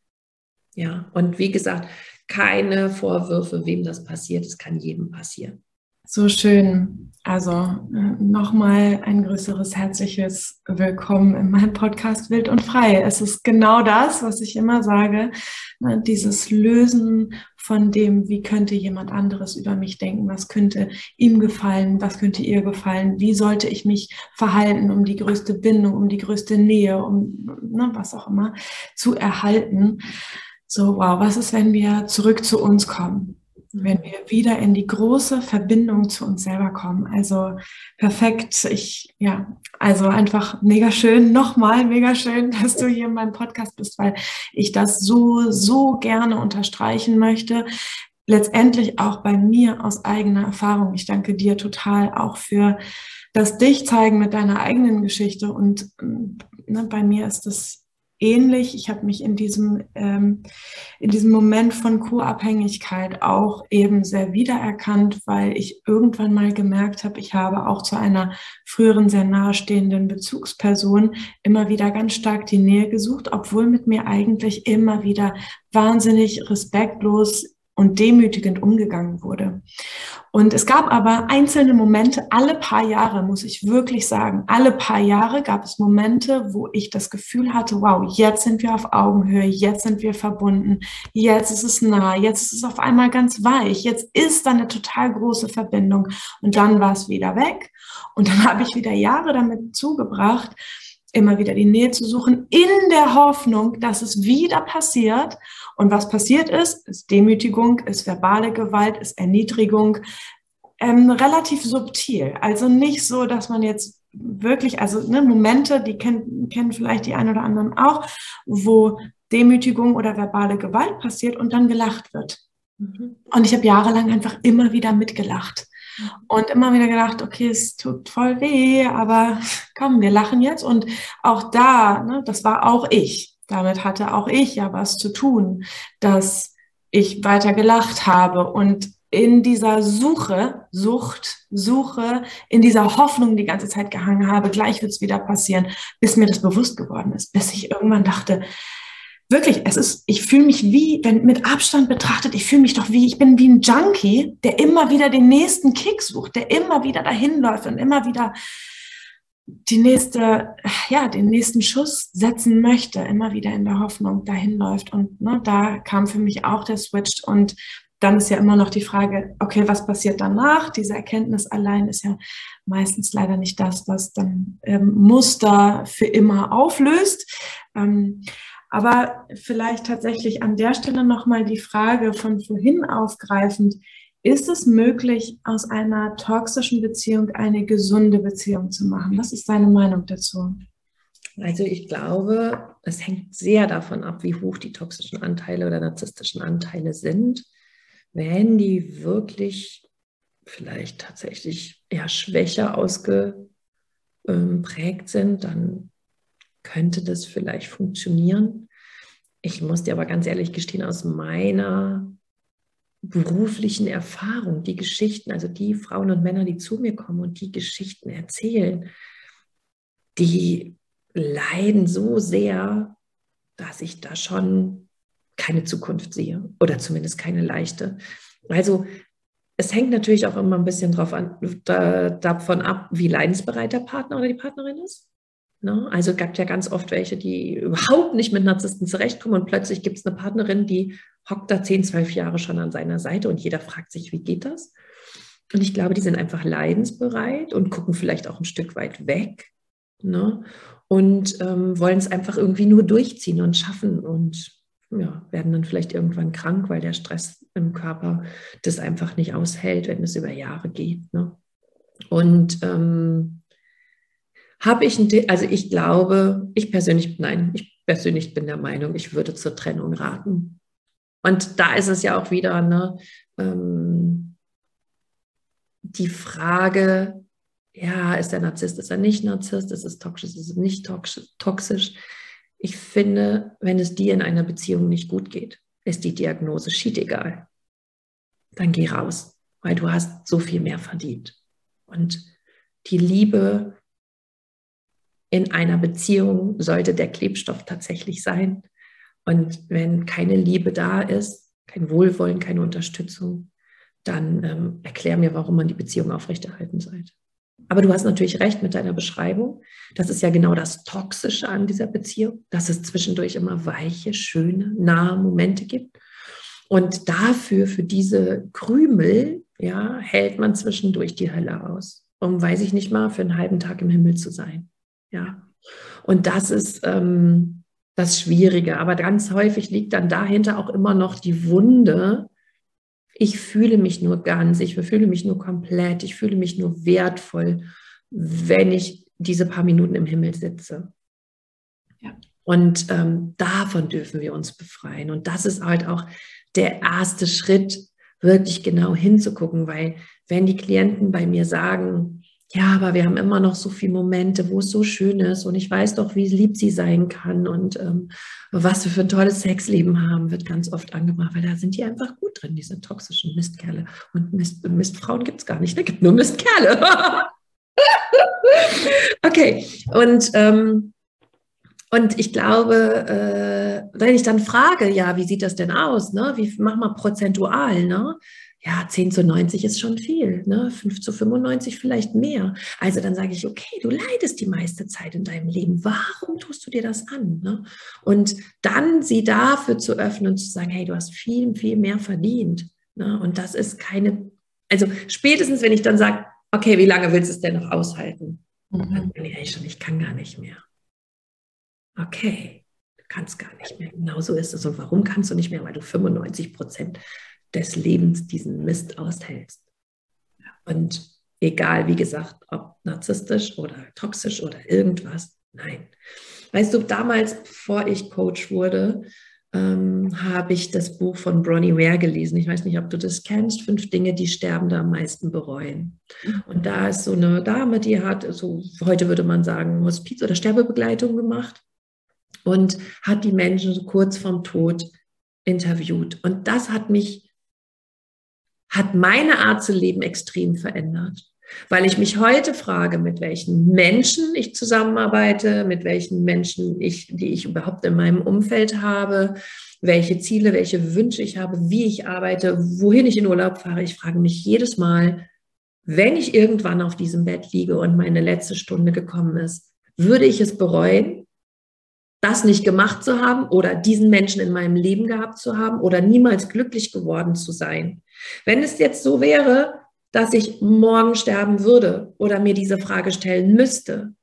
Ja, und wie gesagt, keine Vorwürfe, wem das passiert, es kann jedem passieren. So schön. Also äh, nochmal ein größeres herzliches Willkommen in meinem Podcast Wild und Frei. Es ist genau das, was ich immer sage, ne, dieses Lösen von dem, wie könnte jemand anderes über mich denken, was könnte ihm gefallen, was könnte ihr gefallen, wie sollte ich mich verhalten, um die größte Bindung, um die größte Nähe, um ne, was auch immer zu erhalten. So, wow, was ist, wenn wir zurück zu uns kommen? Wenn wir wieder in die große Verbindung zu uns selber kommen. Also perfekt. Ich, ja, also einfach mega schön. Nochmal mega schön, dass du hier in meinem Podcast bist, weil ich das so, so gerne unterstreichen möchte. Letztendlich auch bei mir aus eigener Erfahrung. Ich danke dir total auch für das Dich zeigen mit deiner eigenen Geschichte. Und ne, bei mir ist das ähnlich. Ich habe mich in diesem, ähm, in diesem Moment von Co-Abhängigkeit auch eben sehr wiedererkannt, weil ich irgendwann mal gemerkt habe, ich habe auch zu einer früheren sehr nahestehenden Bezugsperson immer wieder ganz stark die Nähe gesucht, obwohl mit mir eigentlich immer wieder wahnsinnig respektlos und demütigend umgegangen wurde. Und es gab aber einzelne Momente, alle paar Jahre, muss ich wirklich sagen, alle paar Jahre gab es Momente, wo ich das Gefühl hatte, wow, jetzt sind wir auf Augenhöhe, jetzt sind wir verbunden, jetzt ist es nah, jetzt ist es auf einmal ganz weich, jetzt ist da eine total große Verbindung. Und dann war es wieder weg. Und dann habe ich wieder Jahre damit zugebracht, immer wieder die Nähe zu suchen, in der Hoffnung, dass es wieder passiert. Und was passiert ist, ist Demütigung, ist verbale Gewalt, ist Erniedrigung, ähm, relativ subtil. Also nicht so, dass man jetzt wirklich, also ne, Momente, die kennen, kennen vielleicht die einen oder anderen auch, wo Demütigung oder verbale Gewalt passiert und dann gelacht wird. Mhm. Und ich habe jahrelang einfach immer wieder mitgelacht. Und immer wieder gedacht, okay, es tut voll weh, aber komm, wir lachen jetzt. Und auch da, ne, das war auch ich. Damit hatte auch ich ja was zu tun, dass ich weiter gelacht habe. Und in dieser Suche, Sucht, Suche, in dieser Hoffnung die ganze Zeit gehangen habe, gleich wird es wieder passieren, bis mir das bewusst geworden ist. Bis ich irgendwann dachte, wirklich, es ist, ich fühle mich wie, wenn mit Abstand betrachtet, ich fühle mich doch wie, ich bin wie ein Junkie, der immer wieder den nächsten Kick sucht, der immer wieder dahin läuft und immer wieder die nächste, ja, den nächsten Schuss setzen möchte, immer wieder in der Hoffnung dahin läuft. Und ne, da kam für mich auch der Switch. Und dann ist ja immer noch die Frage, okay, was passiert danach? Diese Erkenntnis allein ist ja meistens leider nicht das, was dann ähm, Muster für immer auflöst. Ähm, Aber vielleicht tatsächlich an der Stelle nochmal die Frage von vorhin aufgreifend, ist es möglich, aus einer toxischen Beziehung eine gesunde Beziehung zu machen? Was ist deine Meinung dazu? Also ich glaube, es hängt sehr davon ab, wie hoch die toxischen Anteile oder narzisstischen Anteile sind. Wenn die wirklich vielleicht tatsächlich eher schwächer ausgeprägt sind, dann könnte das vielleicht funktionieren. Ich muss dir aber ganz ehrlich gestehen, aus meiner beruflichen Erfahrung, die Geschichten, also die Frauen und Männer, die zu mir kommen und die Geschichten erzählen, die leiden so sehr, dass ich da schon keine Zukunft sehe oder zumindest keine leichte. Also es hängt natürlich auch immer ein bisschen drauf an, da, davon ab, wie leidensbereit der Partner oder die Partnerin ist. Ne? Also es gab ja ganz oft welche, die überhaupt nicht mit Narzissten zurechtkommen und plötzlich gibt es eine Partnerin, die hockt da zehn, zwölf Jahre schon an seiner Seite und jeder fragt sich, wie geht das? Und ich glaube, die sind einfach leidensbereit und gucken vielleicht auch ein Stück weit weg, ne? Und ähm, wollen es einfach irgendwie nur durchziehen und schaffen und ja, werden dann vielleicht irgendwann krank, weil der Stress im Körper das einfach nicht aushält, wenn es über Jahre geht. Ne? Und ähm, habe ich, ein, also ich glaube, ich persönlich, nein, ich persönlich bin der Meinung, ich würde zur Trennung raten. Und da ist es ja auch wieder ne, ähm, die Frage, ja, ist der Narzisst, ist er nicht Narzisst, ist es toxisch, ist es nicht toxisch. Ich finde, wenn es dir in einer Beziehung nicht gut geht, ist die Diagnose shit egal. Dann geh raus weil du hast so viel mehr verdient. Und die Liebe in einer Beziehung sollte der Klebstoff tatsächlich sein. Und wenn keine Liebe da ist, kein Wohlwollen, keine Unterstützung, dann ähm, erklär mir, warum man die Beziehung aufrechterhalten sollte. Aber du hast natürlich recht mit deiner Beschreibung. Das ist ja genau das Toxische an dieser Beziehung, dass es zwischendurch immer weiche, schöne, nahe Momente gibt. Und dafür, für diese Krümel, ja, hält man zwischendurch die Hölle aus, um, weiß ich nicht mal, für einen halben Tag im Himmel zu sein. Ja. Und das ist ähm, das Schwierige. Aber ganz häufig liegt dann dahinter auch immer noch die Wunde. Ich fühle mich nur ganz, ich fühle mich nur komplett, ich fühle mich nur wertvoll, wenn ich diese paar Minuten im Himmel sitze. Ja. Und ähm, davon dürfen wir uns befreien. Und das ist halt auch der erste Schritt, wirklich genau hinzugucken, weil wenn die Klienten bei mir sagen, ja, aber wir haben immer noch so viele Momente, wo es so schön ist und ich weiß doch, wie lieb sie sein kann und ähm, was wir für ein tolles Sexleben haben, wird ganz oft angebracht, weil da sind die einfach gut drin, diese toxischen Mistkerle. Und Mist, Mistfrauen gibt es gar nicht, da gibt nur Mistkerle. Okay, und, ähm, und ich glaube, äh, wenn ich dann frage, ja, wie sieht das denn aus, ne? Wie, mach mal prozentual, ne? Ja, zehn zu neunzig ist schon viel, ne? fünf zu fünfundneunzig vielleicht mehr. Also dann sage ich, okay, du leidest die meiste Zeit in deinem Leben. Warum tust du dir das an? Ne? Und dann sie dafür zu öffnen und zu sagen, hey, du hast viel, viel mehr verdient. Ne? Und das ist keine, also spätestens, wenn ich dann sage, okay, wie lange willst du es denn noch aushalten? Mhm. Dann bin ich schon, ich kann gar nicht mehr. Okay, du kannst gar nicht mehr. Genau so ist es. Und warum kannst du nicht mehr? Weil du fünfundneunzig Prozent des Lebens diesen Mist aushältst. Und egal, wie gesagt, ob narzisstisch oder toxisch oder irgendwas, nein. Weißt du, damals, bevor ich Coach wurde, ähm, habe ich das Buch von Bronnie Ware gelesen. Ich weiß nicht, ob du das kennst, Fünf Dinge, die Sterbende am meisten bereuen. Und da ist so eine Dame, die hat, so heute würde man sagen, Hospiz- oder Sterbebegleitung gemacht und hat die Menschen so kurz vorm Tod interviewt. Und das hat mich hat meine Art zu leben extrem verändert, weil ich mich heute frage, mit welchen Menschen ich zusammenarbeite, mit welchen Menschen, ich, die ich überhaupt in meinem Umfeld habe, welche Ziele, welche Wünsche ich habe, wie ich arbeite, wohin ich in Urlaub fahre. Ich frage mich jedes Mal, wenn ich irgendwann auf diesem Bett liege und meine letzte Stunde gekommen ist, würde ich es bereuen, das nicht gemacht zu haben oder diesen Menschen in meinem Leben gehabt zu haben oder niemals glücklich geworden zu sein. Wenn es jetzt so wäre, dass ich morgen sterben würde oder mir diese Frage stellen müsste,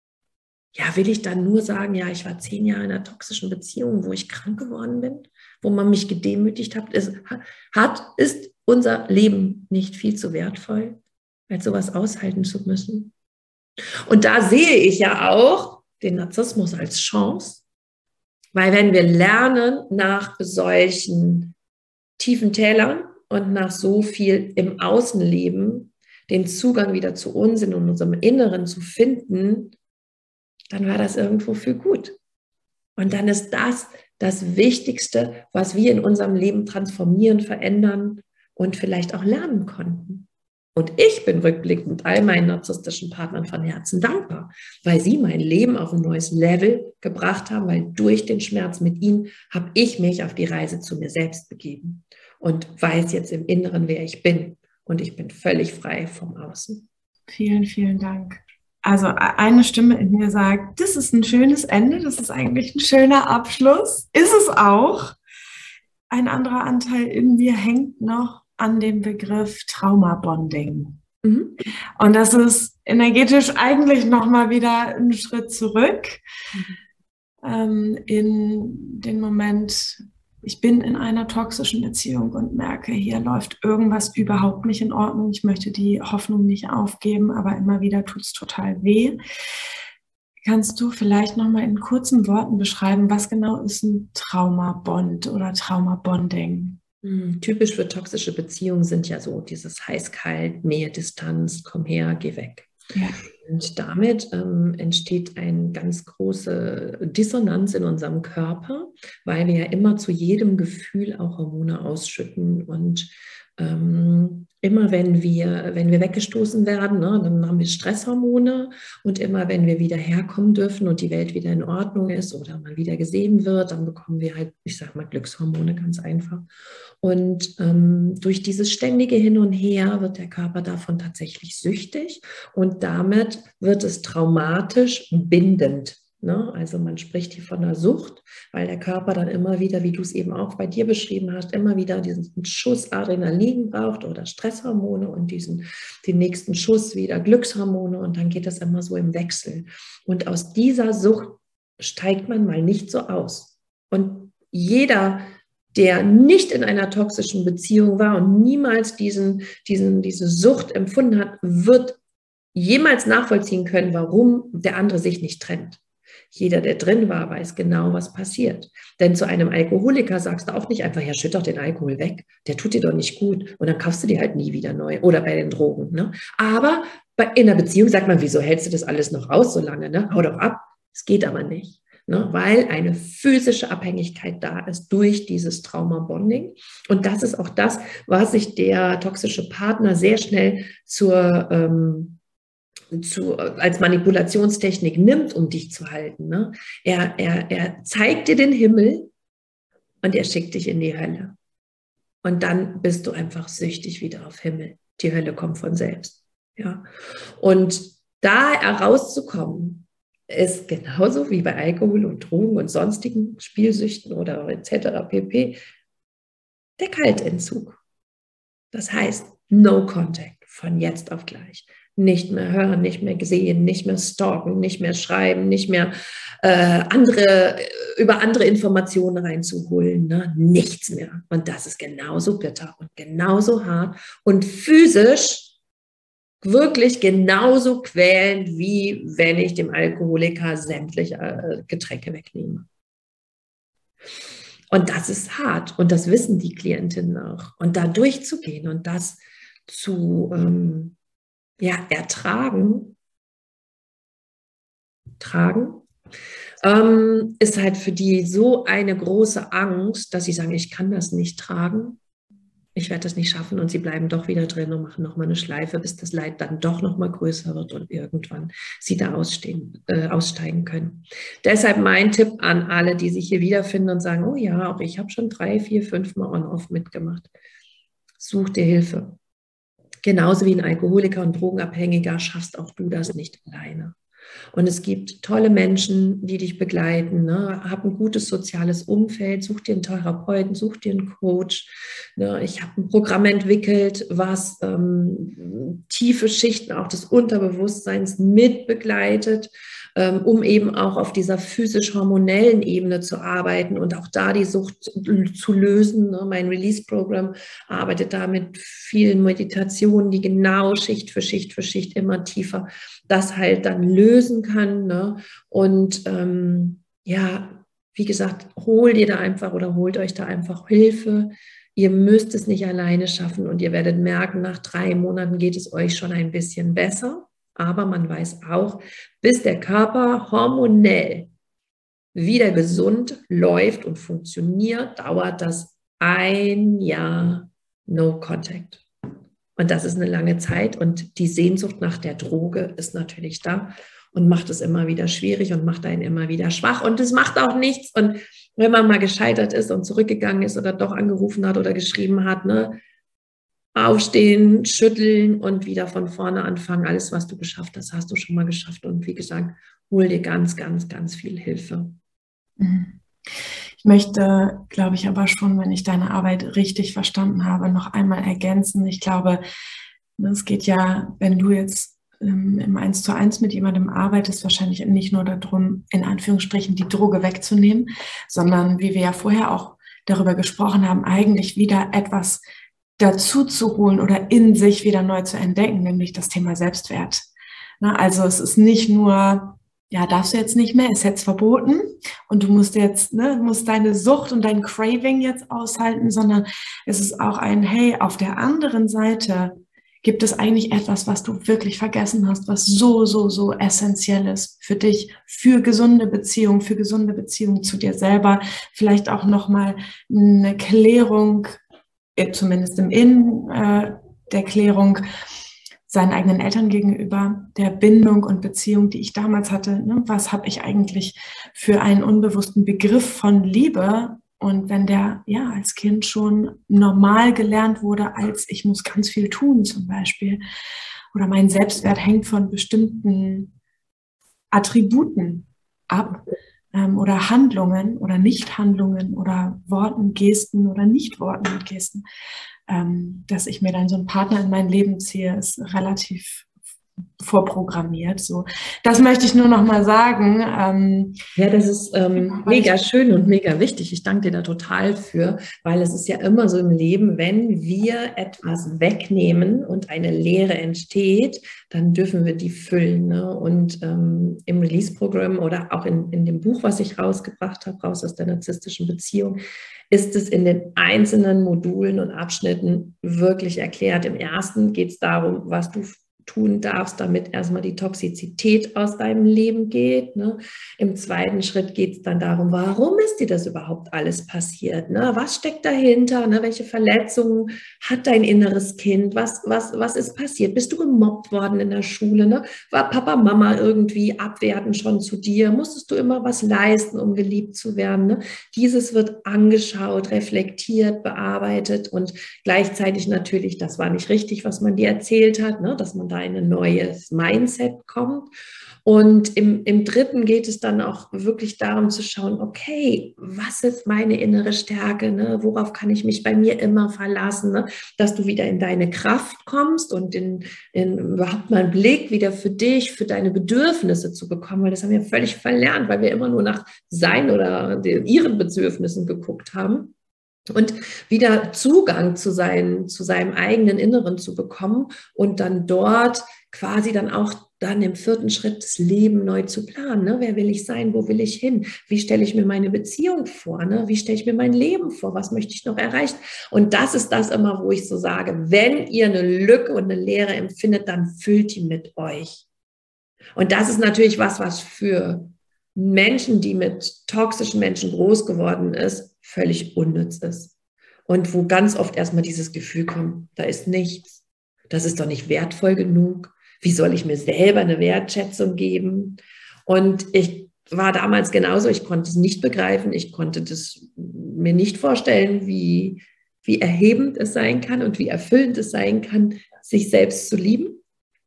ja, will ich dann nur sagen, ja, ich war zehn Jahre in einer toxischen Beziehung, wo ich krank geworden bin, wo man mich gedemütigt hat, ist, hat, ist unser Leben nicht viel zu wertvoll, als sowas aushalten zu müssen? Und da sehe ich ja auch den Narzissmus als Chance, weil wenn wir lernen, nach solchen tiefen Tälern und nach so viel im Außenleben den Zugang wieder zu uns in unserem Inneren zu finden, dann war das irgendwo für gut. Und dann ist das das Wichtigste, was wir in unserem Leben transformieren, verändern und vielleicht auch lernen konnten. Und ich bin rückblickend all meinen narzisstischen Partnern von Herzen dankbar, weil sie mein Leben auf ein neues Level gebracht haben, weil durch den Schmerz mit ihnen habe ich mich auf die Reise zu mir selbst begeben und weiß jetzt im Inneren, wer ich bin. Und ich bin völlig frei vom Außen. Vielen, vielen Dank. Also eine Stimme in mir sagt, das ist ein schönes Ende, das ist eigentlich ein schöner Abschluss. Ist es auch. Ein anderer Anteil in mir hängt noch an dem Begriff Traumabonding. Mhm. Und das ist energetisch eigentlich nochmal wieder einen Schritt zurück mhm. ähm, in den Moment, ich bin in einer toxischen Beziehung und merke, hier läuft irgendwas überhaupt nicht in Ordnung. Ich möchte die Hoffnung nicht aufgeben, aber immer wieder tut es total weh. Kannst du vielleicht nochmal in kurzen Worten beschreiben, was genau ist ein Traumabond oder Traumabonding? Hm, typisch für toxische Beziehungen sind ja so dieses heiß-kalt, Nähe, Distanz, komm her, geh weg. Ja. Und damit ähm, entsteht eine ganz große Dissonanz in unserem Körper, weil wir ja immer zu jedem Gefühl auch Hormone ausschütten und ähm, immer wenn wir, wenn wir weggestoßen werden, ne, dann haben wir Stresshormone, und immer wenn wir wieder herkommen dürfen und die Welt wieder in Ordnung ist oder man wieder gesehen wird, dann bekommen wir halt, ich sag mal, Glückshormone, ganz einfach. Und ähm, durch dieses ständige Hin und Her wird der Körper davon tatsächlich süchtig, und damit wird es traumatisch bindend. Ne? Also man spricht hier von einer Sucht, weil der Körper dann immer wieder, wie du es eben auch bei dir beschrieben hast, immer wieder diesen Schuss Adrenalin braucht oder Stresshormone und diesen, den nächsten Schuss wieder Glückshormone, und dann geht das immer so im Wechsel. Und aus dieser Sucht steigt man mal nicht so aus. Und jeder, der nicht in einer toxischen Beziehung war und niemals diesen, diesen, diese Sucht empfunden hat, wird jemals nachvollziehen können, warum der andere sich nicht trennt. Jeder, der drin war, weiß genau, was passiert. Denn zu einem Alkoholiker sagst du auch nicht einfach, ja, schütt doch den Alkohol weg, der tut dir doch nicht gut, und dann kaufst du dir halt nie wieder neu. Oder bei den Drogen. Ne? Aber bei, in einer Beziehung sagt man, wieso hältst du das alles noch aus so lange? Ne? Hau doch ab. Es geht aber nicht. Ne, weil eine physische Abhängigkeit da ist durch dieses Trauma-Bonding. Und das ist auch das, was sich der toxische Partner sehr schnell zur, ähm, zu, als Manipulationstechnik nimmt, um dich zu halten. Ne? Er, er, er zeigt dir den Himmel und er schickt dich in die Hölle. Und dann bist du einfach süchtig wieder auf Himmel. Die Hölle kommt von selbst. Ja? Und da herauszukommen, ist genauso wie bei Alkohol und Drogen und sonstigen Spielsüchten oder et cetera pp. der Kaltentzug. Das heißt, no contact, von jetzt auf gleich. Nicht mehr hören, nicht mehr sehen, nicht mehr stalken, nicht mehr schreiben, nicht mehr äh, andere, über andere Informationen reinzuholen. Ne? Nichts mehr. Und das ist genauso bitter und genauso hart und physisch wirklich genauso quälend, wie wenn ich dem Alkoholiker sämtliche äh, Getränke wegnehme. Und das ist hart, und das wissen die Klientinnen auch. Und da durchzugehen und das zu ähm, ja, ertragen, tragen, ähm, ist halt für die so eine große Angst, dass sie sagen, ich kann das nicht tragen. Ich werde das nicht schaffen, und sie bleiben doch wieder drin und machen nochmal eine Schleife, bis das Leid dann doch nochmal größer wird und irgendwann sie da ausstehen, äh, aussteigen können. Deshalb mein Tipp an alle, die sich hier wiederfinden und sagen, oh ja, auch ich habe schon drei, vier, fünf Mal on-off mitgemacht. Such dir Hilfe. Genauso wie ein Alkoholiker und Drogenabhängiger schaffst auch du das nicht alleine. Und es gibt tolle Menschen, die dich begleiten. Ne? Hab ein gutes soziales Umfeld, such dir einen Therapeuten, such dir einen Coach. Ne? Ich habe ein Programm entwickelt, was ähm, tiefe Schichten auch des Unterbewusstseins mit begleitet, ähm, um eben auch auf dieser physisch-hormonellen Ebene zu arbeiten und auch da die Sucht zu lösen. Ne? Mein Release-Programm arbeitet da mit vielen Meditationen, die genau Schicht für Schicht für Schicht immer tiefer das halt dann lösen kann. Ne? Und ähm, ja, wie gesagt, hol dir da einfach oder holt euch da einfach Hilfe. Ihr müsst es nicht alleine schaffen, und ihr werdet merken, nach drei Monaten geht es euch schon ein bisschen besser. Aber man weiß auch, bis der Körper hormonell wieder gesund läuft und funktioniert, dauert das ein Jahr No Contact. Und das ist eine lange Zeit, und die Sehnsucht nach der Droge ist natürlich da und macht es immer wieder schwierig und macht einen immer wieder schwach. Und es macht auch nichts. Und wenn man mal gescheitert ist und zurückgegangen ist oder doch angerufen hat oder geschrieben hat, ne, aufstehen, schütteln und wieder von vorne anfangen. Alles, was du geschafft hast, hast du schon mal geschafft. Und wie gesagt, hol dir ganz, ganz, ganz viel Hilfe. Ich möchte, glaube ich, aber schon, wenn ich deine Arbeit richtig verstanden habe, noch einmal ergänzen. Ich glaube, es geht ja, wenn du jetzt ähm, im Eins zu eins mit jemandem arbeitest, wahrscheinlich nicht nur darum, in Anführungsstrichen die Droge wegzunehmen, sondern, wie wir ja vorher auch darüber gesprochen haben, eigentlich wieder etwas dazu zu holen oder in sich wieder neu zu entdecken, nämlich das Thema Selbstwert. Na, also es ist nicht nur, ja, darfst du jetzt nicht mehr, ist jetzt verboten und du musst jetzt, ne, musst deine Sucht und dein Craving jetzt aushalten, sondern es ist auch ein, hey, auf der anderen Seite gibt es eigentlich etwas, was du wirklich vergessen hast, was so, so, so essentiell ist für dich, für gesunde Beziehungen, für gesunde Beziehungen zu dir selber, vielleicht auch nochmal eine Klärung zumindest im Innen äh, der Klärung, seinen eigenen Eltern gegenüber, der Bindung und Beziehung, die ich damals hatte. Ne? Was habe ich eigentlich für einen unbewussten Begriff von Liebe? Und wenn der ja als Kind schon normal gelernt wurde, als ich muss ganz viel tun zum Beispiel, oder mein Selbstwert hängt von bestimmten Attributen ab, ähm, oder Handlungen oder Nichthandlungen oder Worten, Gesten oder Nichtworten und Gesten, ähm, dass ich mir dann so einen Partner in mein Leben ziehe, ist relativ vorprogrammiert. So, das möchte ich nur noch mal sagen. Ähm, ja, das ist ähm, mega schön und mega wichtig. Ich danke dir da total für, weil es ist ja immer so im Leben, wenn wir etwas wegnehmen und eine Leere entsteht, dann dürfen wir die füllen. Ne? Und ähm, im Release-Programm oder auch in, in dem Buch, was ich rausgebracht habe, raus aus der narzisstischen Beziehung, ist es in den einzelnen Modulen und Abschnitten wirklich erklärt. Im ersten geht es darum, was du tun darfst, damit erstmal die Toxizität aus deinem Leben geht. Ne? Im zweiten Schritt geht es dann darum, warum ist dir das überhaupt alles passiert? Ne? Was steckt dahinter? Ne? Welche Verletzungen hat dein inneres Kind? Was, was, was ist passiert? Bist du gemobbt worden in der Schule? Ne? War Papa, Mama irgendwie abwertend schon zu dir? Musstest du immer was leisten, um geliebt zu werden? Ne? Dieses wird angeschaut, reflektiert, bearbeitet und gleichzeitig natürlich, das war nicht richtig, was man dir erzählt hat, ne? Dass man da in ein neues Mindset kommt. Und im, im dritten geht es dann auch wirklich darum zu schauen, okay, was ist meine innere Stärke? Ne? Worauf kann ich mich bei mir immer verlassen? Ne? Dass du wieder in deine Kraft kommst und in, in überhaupt mal einen Blick wieder für dich, für deine Bedürfnisse zu bekommen, weil das haben wir völlig verlernt, weil wir immer nur nach seinen oder den, ihren Bedürfnissen geguckt haben. Und wieder Zugang zu, sein, zu seinem eigenen Inneren zu bekommen und dann dort quasi dann auch dann im vierten Schritt das Leben neu zu planen. Ne? Wer will ich sein? Wo will ich hin? Wie stelle ich mir meine Beziehung vor? Ne? Wie stelle ich mir mein Leben vor? Was möchte ich noch erreichen? Und das ist das immer, wo ich so sage, wenn ihr eine Lücke und eine Leere empfindet, dann füllt die mit euch. Und das ist natürlich was, was für Menschen, die mit toxischen Menschen groß geworden ist, völlig unnütz ist. Und wo ganz oft erstmal dieses Gefühl kommt, da ist nichts, das ist doch nicht wertvoll genug, wie soll ich mir selber eine Wertschätzung geben? Und ich war damals genauso, ich konnte es nicht begreifen, ich konnte das mir nicht vorstellen, wie, wie erhebend es sein kann und wie erfüllend es sein kann, sich selbst zu lieben.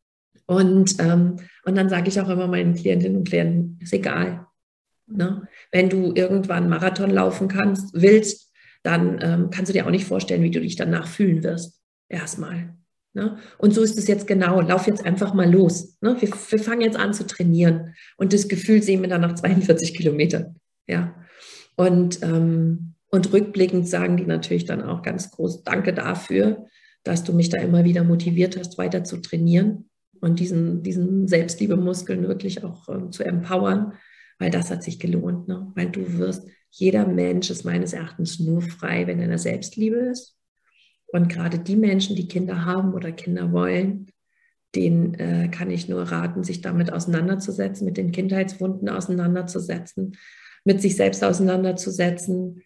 Und, ähm, und dann sage ich auch immer meinen Klientinnen und Klienten, ist egal. Ne? Wenn du irgendwann Marathon laufen kannst, willst, dann ähm, kannst du dir auch nicht vorstellen, wie du dich danach fühlen wirst. Erstmal. Ne? Und so ist es jetzt genau. Lauf jetzt einfach mal los. Ne? Wir, wir fangen jetzt an zu trainieren. Und das Gefühl sehen wir dann nach zweiundvierzig Kilometern. Ja. Und, ähm, und rückblickend sagen die natürlich dann auch ganz groß Danke dafür, dass du mich da immer wieder motiviert hast, weiter zu trainieren und diesen, diesen Selbstliebemuskeln wirklich auch äh, zu empowern. Weil das hat sich gelohnt, ne? Weil du wirst, jeder Mensch ist meines Erachtens nur frei, wenn er in der Selbstliebe ist. Und gerade die Menschen, die Kinder haben oder Kinder wollen, denen äh, kann ich nur raten, sich damit auseinanderzusetzen, mit den Kindheitswunden auseinanderzusetzen, mit sich selbst auseinanderzusetzen,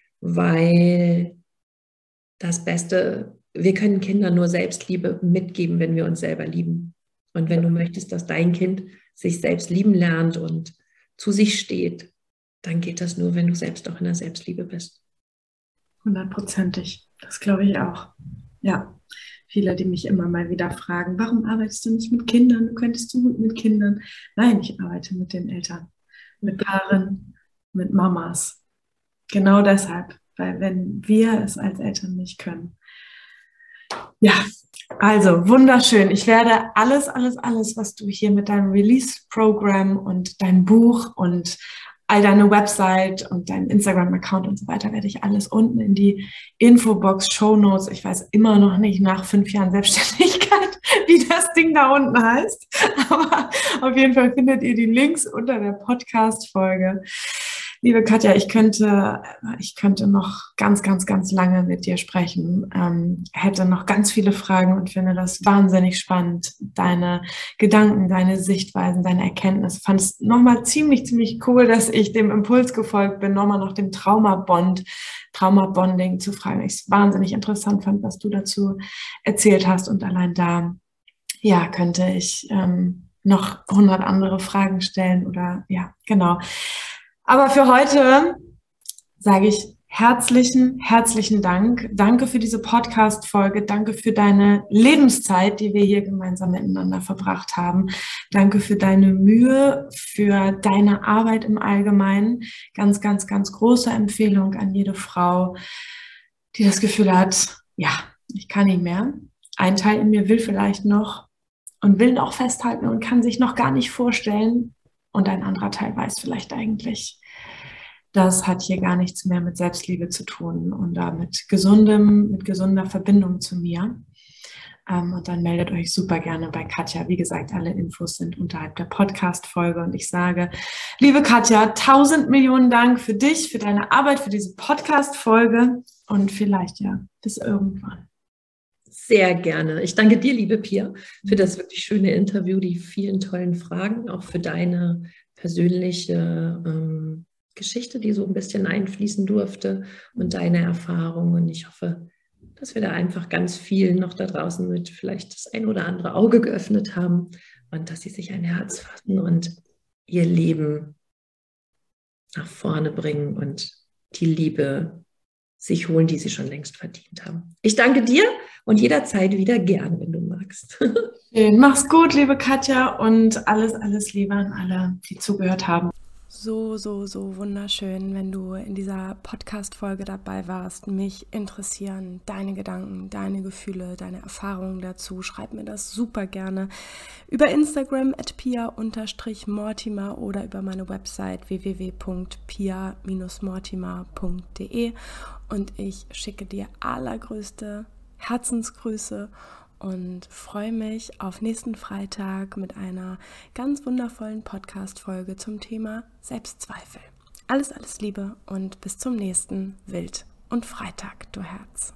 weil das Beste, wir können Kindern nur Selbstliebe mitgeben, wenn wir uns selber lieben. Und wenn du möchtest, dass dein Kind sich selbst lieben lernt und zu sich steht, dann geht das nur, wenn du selbst auch in der Selbstliebe bist. Hundertprozentig. Das glaube ich auch. Ja, viele, die mich immer mal wieder fragen, warum arbeitest du nicht mit Kindern? Du könntest du gut mit Kindern. Nein, ich arbeite mit den Eltern, mit Paaren, mit Mamas. Genau deshalb, weil wenn wir es als Eltern nicht können. Ja, also wunderschön. Ich werde alles, alles, alles, was du hier mit deinem Release-Programm und deinem Buch und all deine Website und dein Instagram-Account und so weiter, werde ich alles unten in die Infobox, Shownotes. Ich weiß immer noch nicht nach fünf Jahren Selbstständigkeit, wie das Ding da unten heißt. Aber auf jeden Fall findet ihr die Links unter der Podcast-Folge. Liebe Katja, ich könnte, ich könnte noch ganz, ganz, ganz lange mit dir sprechen, ähm, hätte noch ganz viele Fragen und finde das wahnsinnig spannend, deine Gedanken, deine Sichtweisen, deine Erkenntnisse. Fand es nochmal ziemlich, ziemlich cool, dass ich dem Impuls gefolgt bin, nochmal nach dem Traumabond, Traumabonding zu fragen. Ich es wahnsinnig interessant fand, was du dazu erzählt hast und allein da, ja, könnte ich ähm, noch hundert andere Fragen stellen oder ja, genau. Aber für heute sage ich herzlichen, herzlichen Dank. Danke für diese Podcast-Folge. Danke für deine Lebenszeit, die wir hier gemeinsam miteinander verbracht haben. Danke für deine Mühe, für deine Arbeit im Allgemeinen. Ganz, ganz, ganz große Empfehlung an jede Frau, die das Gefühl hat, ja, ich kann nicht mehr. Ein Teil in mir will vielleicht noch und will noch festhalten und kann sich noch gar nicht vorstellen. Und ein anderer Teil weiß vielleicht eigentlich, das hat hier gar nichts mehr mit Selbstliebe zu tun und da mit gesundem, mit gesunder Verbindung zu mir. Ähm, und dann meldet euch super gerne bei Katja. Wie gesagt, alle Infos sind unterhalb der Podcast-Folge. Und ich sage, liebe Katja, tausend Millionen Dank für dich, für deine Arbeit, für diese Podcast-Folge und vielleicht ja bis irgendwann. Sehr gerne. Ich danke dir, liebe Pia, für das wirklich schöne Interview, die vielen tollen Fragen, auch für deine persönliche ähm, Geschichte, die so ein bisschen einfließen durfte und deine Erfahrungen. Und ich hoffe, dass wir da einfach ganz vielen noch da draußen mit vielleicht das ein oder andere Auge geöffnet haben und dass sie sich ein Herz fassen und ihr Leben nach vorne bringen und die Liebe sich holen, die sie schon längst verdient haben. Ich danke dir und jederzeit wieder gern, wenn du magst. Schön. Mach's gut, liebe Katja, und alles, alles Liebe an alle, die zugehört haben. So, so, so wunderschön, wenn du in dieser Podcast-Folge dabei warst. Mich interessieren deine Gedanken, deine Gefühle, deine Erfahrungen dazu. Schreib mir das super gerne über Instagram at pia mortimer oder über meine Website w w w punkt pia mortimer punkt d e und ich schicke dir allergrößte Herzensgrüße und freue mich auf nächsten Freitag mit einer ganz wundervollen Podcast-Folge zum Thema Selbstzweifel. Alles, alles Liebe und bis zum nächsten Wild- und Freitag, du Herz.